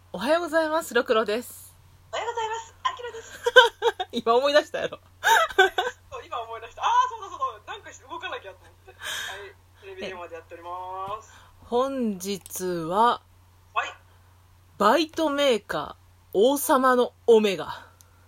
おはようございます。ろくろです。 おはようございます。あきらです。 今思い出したやろ。 そう今思い出した。そうだ。なんか動かなきゃと思って。はい。テレビ電話でやっております。 本日は、 はい。 バイトメーカー、王様のオメガ。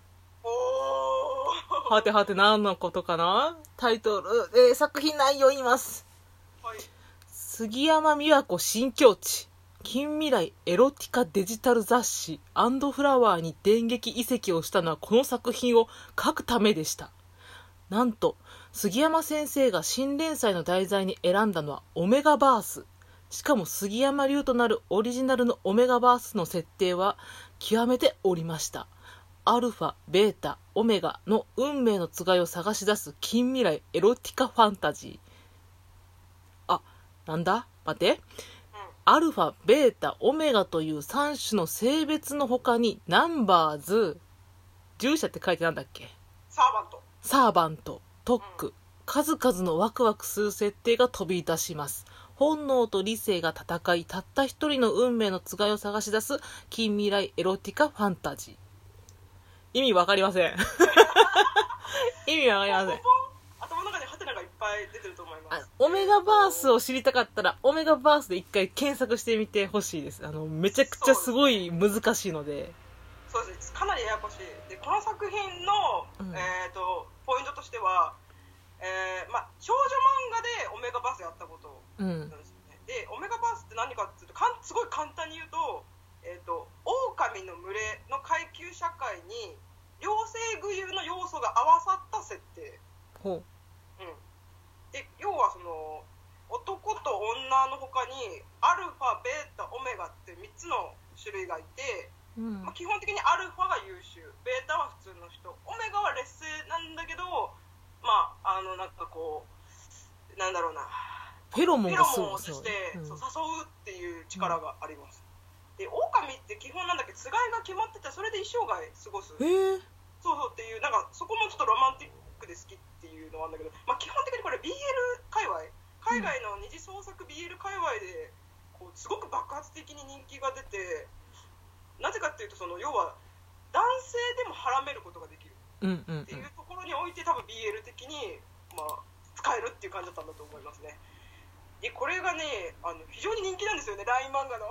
はてはて何のことかな。タイトル、作品内容言います。 はい。 杉山美和子新境地。近未来エロティカデジタル雑誌&フラワーに電撃移籍をしたのはこの作品を書くためでした。なんと杉山先生が新連載の題材に選んだのはオメガバース。しかも杉山流となるオリジナルのオメガバースの設定は極めておりました。アルファ、ベータ、オメガの運命のつがいを探し出す近未来エロティカファンタジー。なんだ待て。アルファ、ベータ、オメガという3種の性別の他にナンバーズ、従者って書いてなんだっけ？ サーバント、 特区、数々のワクワクする設定が飛び出します。本能と理性が戦い、たった一人の運命のつがいを探し出す近未来エロティカファンタジー。意味わかりません。意味わかりません。 頭の中にハテナがいっぱい出てると思います。 オメガバースを知りたかったらオメガバースで一回検索してみてほしいです。めちゃくちゃすごい難しいので。 そうです。かなりややこしい。でこの作品の、ポイントとしては、少女漫画でオメガバースやったことなんですよね。でオメガバースって何かっていうとすごい簡単に言うと、狼の群れの階級社会に両性具有の要素が合わさった設定。 ほう。 で要はその男と女の他にアルファ、ベータ、オメガって3つの種類がいて、基本的にアルファが優秀、ベータは普通の人、オメガは劣勢なんだけど、なんかこうなんだろうな、 フェロモンがすごい誘うっていう力があります。で狼って基本なんだけどつがいが決まってて、それで一生涯過ごす。そうっていう、なんかそこもちょっとロマンティックで好きっていうのはあるんだけど、基本的にこれ BL 界隈、海外の二次創作 BL 界隈でこうすごく爆発的に人気が出て、なぜかっていうとその要は男性でも絡めることができるっていうところにおいて多分 BL 的に、使えるっていう感じだったんだと思いますね。でこれがね非常に人気なんですよね、LINE 漫画の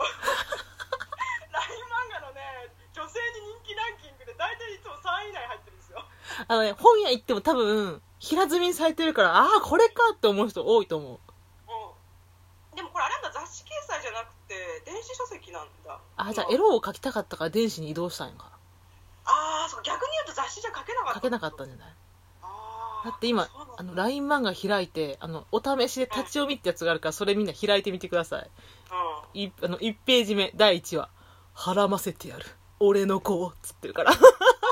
LINE 漫画のね女性に人気ランキングで大体いつも3位以内入ってるんですよ。 本屋行っても多分平積みにされてるから、これかって思う人多いと思う。 でもこれあれなんだ、雑誌掲載じゃなくて電子書籍なんだ。 じゃあエロを書きたかったから電子に移動したんやか。 そう逆に言うと雑誌じゃ書けなかった。 書けなかったんじゃない？だって今LINE 漫画開いてお試しで立ち読みってやつがあるから、それみんな開いてみてください。1ページ目第1話、はらませてやる俺の子をつってるから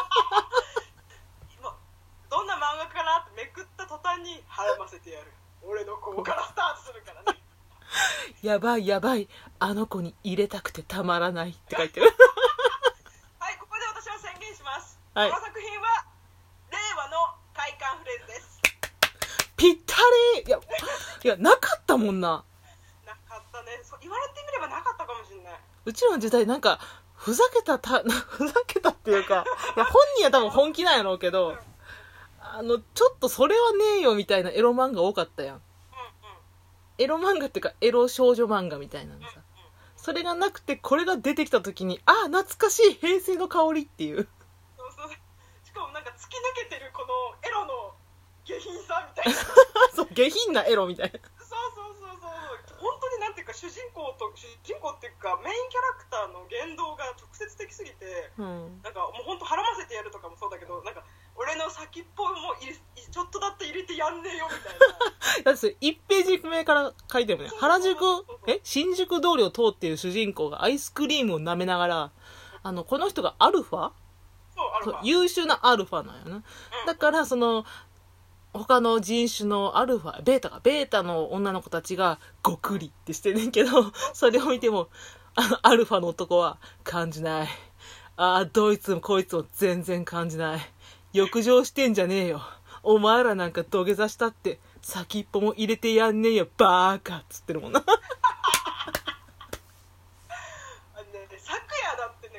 どんな漫画かなってめくった途端にはらませてやる俺の子からスタートするからねやばいやばい、あの子に入れたくてたまらないって書いてるはい、ここで私は宣言します、 はい、 この作品は令和の快感フレーズです。 ぴったり。いやなかったもんな。 なかったね。言われてみればなかったかもしれない。 うちらの時代なんかふざけたっていうかいや本人は多分本気なんやろうけど、ちょっとそれはねえよみたいなエロ漫画多かったやん。エロ漫画っていうかエロ少女漫画みたいなのさ、それがなくてこれが出てきた時に懐かしい平成の香りっていう。 そうしかもなんか突き抜けてるこのエロの下品さみたいなそう下品なエロみたいな。 本当になんていうか主人公っていうかメインキャラクターの言動が直接的すぎて、なんかもう本当はらませてやるとかもそうだけど、なんか俺の先っぽもちょっとだって入れてやんねえよみたいなだってそれ1ページ目から書いてるもんね。新宿通りを通っている主人公がアイスクリームを舐めながら、この人がアルファ？優秀なアルファなんやな。だからその他の人種のアルファ、ベータの女の子たちがごくりってしてんねんけど、それを見てもアルファの男は感じない。どいつもこいつも全然感じない。欲情してんじゃねえよ。お前らなんか土下座したって先っぽも入れてやんねえよバーカっつってるもんな昨夜だってね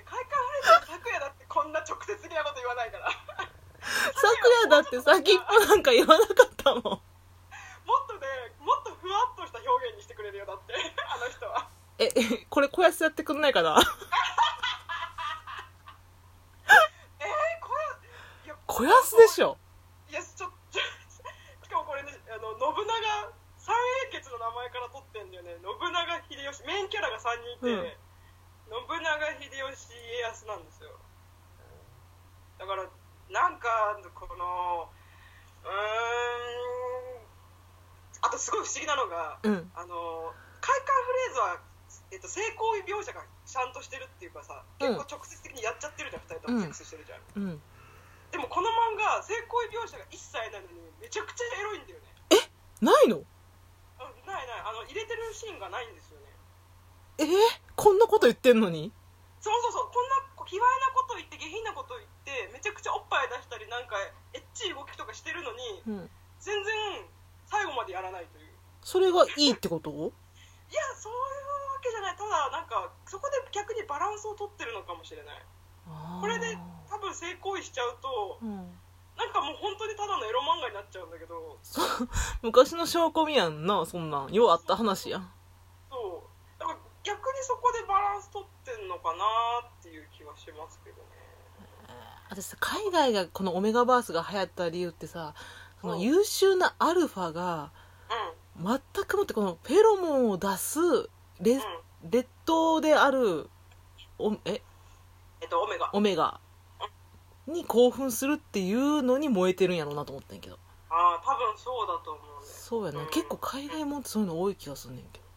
って先っぽなんか言わなかったもん。 もっとね、もっとふわっとした表現にしてくれるよ、だってあの人は。 これ小安やってくんないかな。小安でしょ。 いや、しかもこれね、信長三英傑の名前から取ってんだよね。信長秀吉、メインキャラが3人いて、信長秀吉家康なんですよ。だからなんかこのあとすごい不思議なのが、快感フレーズは、性行為描写がちゃんとしてるっていうかさ、結構直接的にやっちゃってるじゃん、2人ともセックスしてるじゃん、でもこの漫画性行為描写が一切ないのにめちゃくちゃエロいんだよね。 ないの？ ない入れてるシーンがないんですよね。 こんなこと言ってんのに？ そうこんな卑猥なこと言って下品なこと言ってめちゃくちゃおっぱい出したりなんかエッチい動きとかしてるのに、全然最後までやらないという。 それがいいってこと？ いや、そういうわけじゃない。ただなんかそこで逆にバランスを取ってるのかもしれない。これで多分性行為しちゃうと、なんかもう本当にただのエロ漫画になっちゃうんだけど。 昔の証拠見やんな、そんなんようあった話やん。 そうだから逆にそこでバランス取ってんのかなっていう気はしますけどね。 私さ、海外がこのオメガバースが流行った理由ってさ、その優秀なアルファが全くもってこのフェロモンを出す劣等であるオメガに興奮するっていうのに燃えてるんやろうなと思ったんやけど。 多分そうだと思うね。 そうやね、結構海外もんってそういうの多い気がすんねんけど。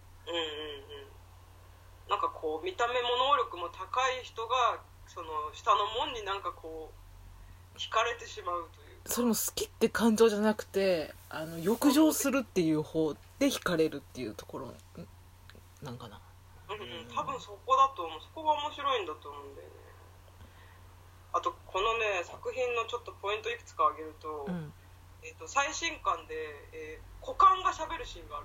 なんかこう見た目も能力も高い人がその下のもんになんかこう惹かれてしまうという。 それも好きって感情じゃなくて欲情するっていう方で惹かれるっていうところなんかな。 多分そこだと思う。そこが面白いんだと思うんだよね。あとこのね作品のちょっとポイントいくつか挙げると、最新刊で、股間が喋るシーンがある。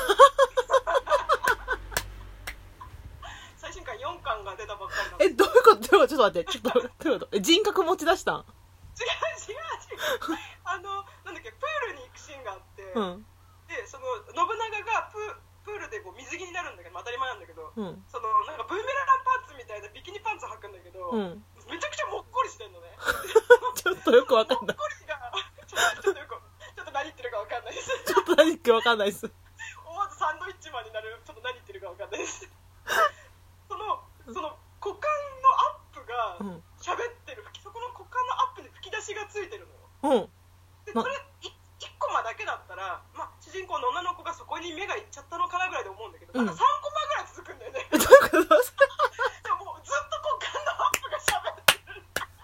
最新刊4巻が出たばっかりなんです。 どういうこと？ちょっと待って、どういうこと？人格持ち出したん？ 違うなんだっけ、プールに行くシーンがあって、でその信長がプールでこう水着になるんだけど、当たり前なんだけど、そのなんかブーメランパンツみたいなビキニパンツ履くんだけど、めちゃくちゃもっこりしてんのね。 ちょっとよくわかんない。 もっこりがちょっと何言ってるかわかんないです。 ちょっと何言ってるかわかんないです。 思わずサンドイッチマンになる。ちょっと何言ってるかわかんないです。その股間のアップが喋ってる、そこの股間のアップに吹き出しがついてるのよ。でそれ1コマだけだったら、主人公の女の子がそこに目がいっちゃったのかなぐらいで思うんだけど、なんか3コマぐらい続くんだよね。 どういうこと？ でももうずっと股間のアップが喋ってる。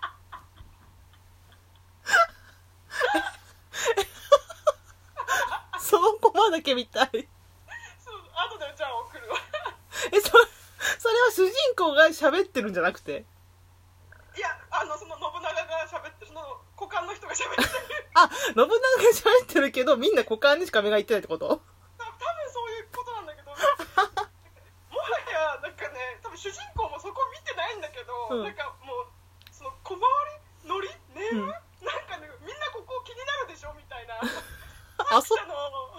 そのコマだけ見たい。 そう、後でじゃあ送るわ。 それは主人公が喋ってるんじゃなくて？ いや、その信長が喋ってる、その股間の人が喋ってる。 信長が喋ってるけどみんな股間にしか目がいってないってこと？ 多分そういうことなんだけど、もはやなんかね、多分主人公もそこ見てないんだけど、なんかもうその小回りノリネーム、なんかね、みんなここ気になるでしょみたいな。作者の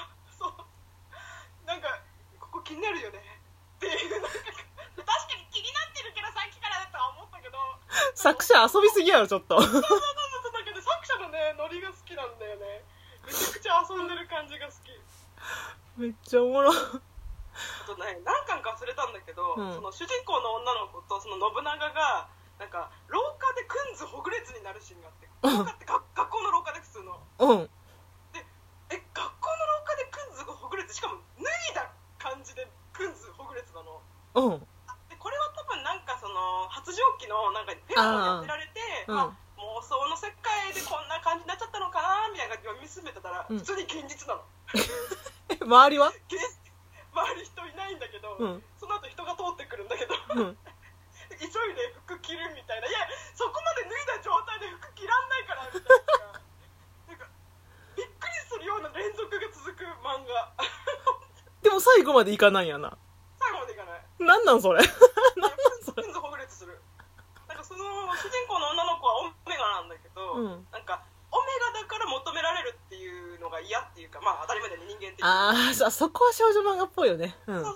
なんかここ気になるよねっていう、なんか確かに気になってるけどさっきからだとは思ったけど、 作者遊びすぎやろちょっと。 そうだけど作者のねノリが好きなんだよね。めちゃくちゃ遊んでる感じが好き。 めっちゃおもろ。 あとね、何巻か忘れたんだけど、その主人公の女の子とその信長がなんか廊下でくんずほぐれつになるシーンがあって、廊下って学校の廊下で普通の。で、学校の廊下でくんずほぐれつ、しかも脱いだ感じでくんずほぐれつなの。でこれは多分なんかその発情期のなんかフェロモンに当てられて、妄想の世界でこんな感じになっちゃったのかなみたいな感じで見進めてたら、普通に現実なの。 周りは？ 周り人いないんだけど、その後人が通ってくるんだけど、急いで服着るみたいな。いや、そこまで脱いだ状態で服着らんないからみたいな。なんかびっくりするような連続が続く漫画。 でも最後までいかないやな。 最後までいかない。 なんなんそれ。 くんずほぐれつする。なんかその主人公の女の子はオメガなんだけど、なんかオメガだからそこは少女漫画っぽいよね。 そう、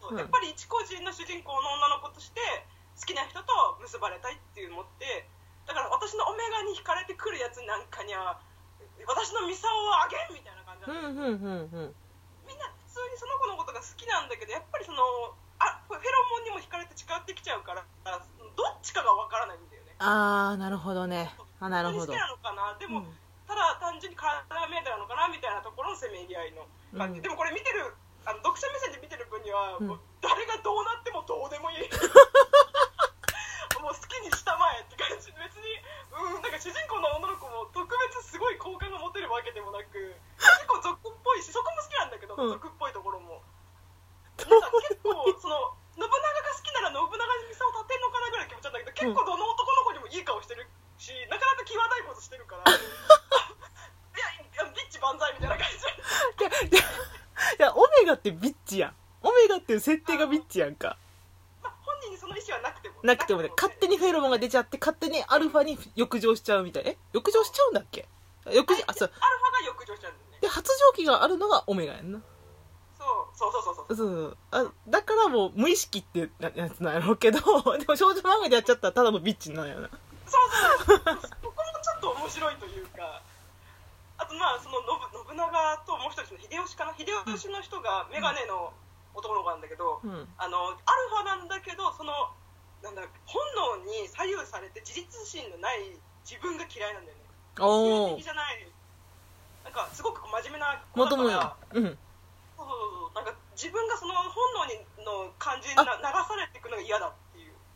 やっぱり一個人の主人公の女の子として好きな人と結ばれたいっていうのってだから私のオメガに惹かれてくるやつなんかには私のミサオをあげんみたいな感じなんだよ、みんな普通にその子のことが好きなんだけどやっぱりそのフェロモンにも惹かれて近寄ってきちゃうからどっちかが分からないんだよね。 なるほどね。なるほど。 好きなのかなでも、ただ単純に体が見えたのかなみたいなところのせめぎ合いの感じ、でもこれ見てる読者目線で見てる分には、もう誰がどうなってもどうでもいいもう好きにしたまえって感じ。別になんか主人公の女の子も特別すごい好感が持てるわけでもなく結構俗っぽいしそこも好きなんだけど、俗っぽいところもなんか結構その信長が好きなら信長にミサを立てんのかなぐらい気持ちなんだけど結構どの男の子にもいい顔してるしなかなか際どいことしてるからいやビッチ万歳みたいな感じいやオメガってビッチやん。オメガっていう設定がビッチやんか。 本人にその意思はなくてもね、勝手にフェロモンが出ちゃって勝手にアルファに浴場しちゃうみたい。浴場しちゃうんだっけ？ アルファが浴場しちゃうんだよね。 で発情期があるのがオメガやんな。そうだからもう無意識ってやつなんやろうけどでも少女漫画でやっちゃったらただのビッチなんやな。 そうここもちょっと面白いというかあとその信長ともう一人の秀吉かな秀吉の人がメガネの男の子なんだけど、アルファなんだけどその本能に左右されて自立心のない自分が嫌いなんだよね。自由的じゃないなんかすごく真面目な子だからなんか自分がその本能の感じに流されていくのが嫌だっ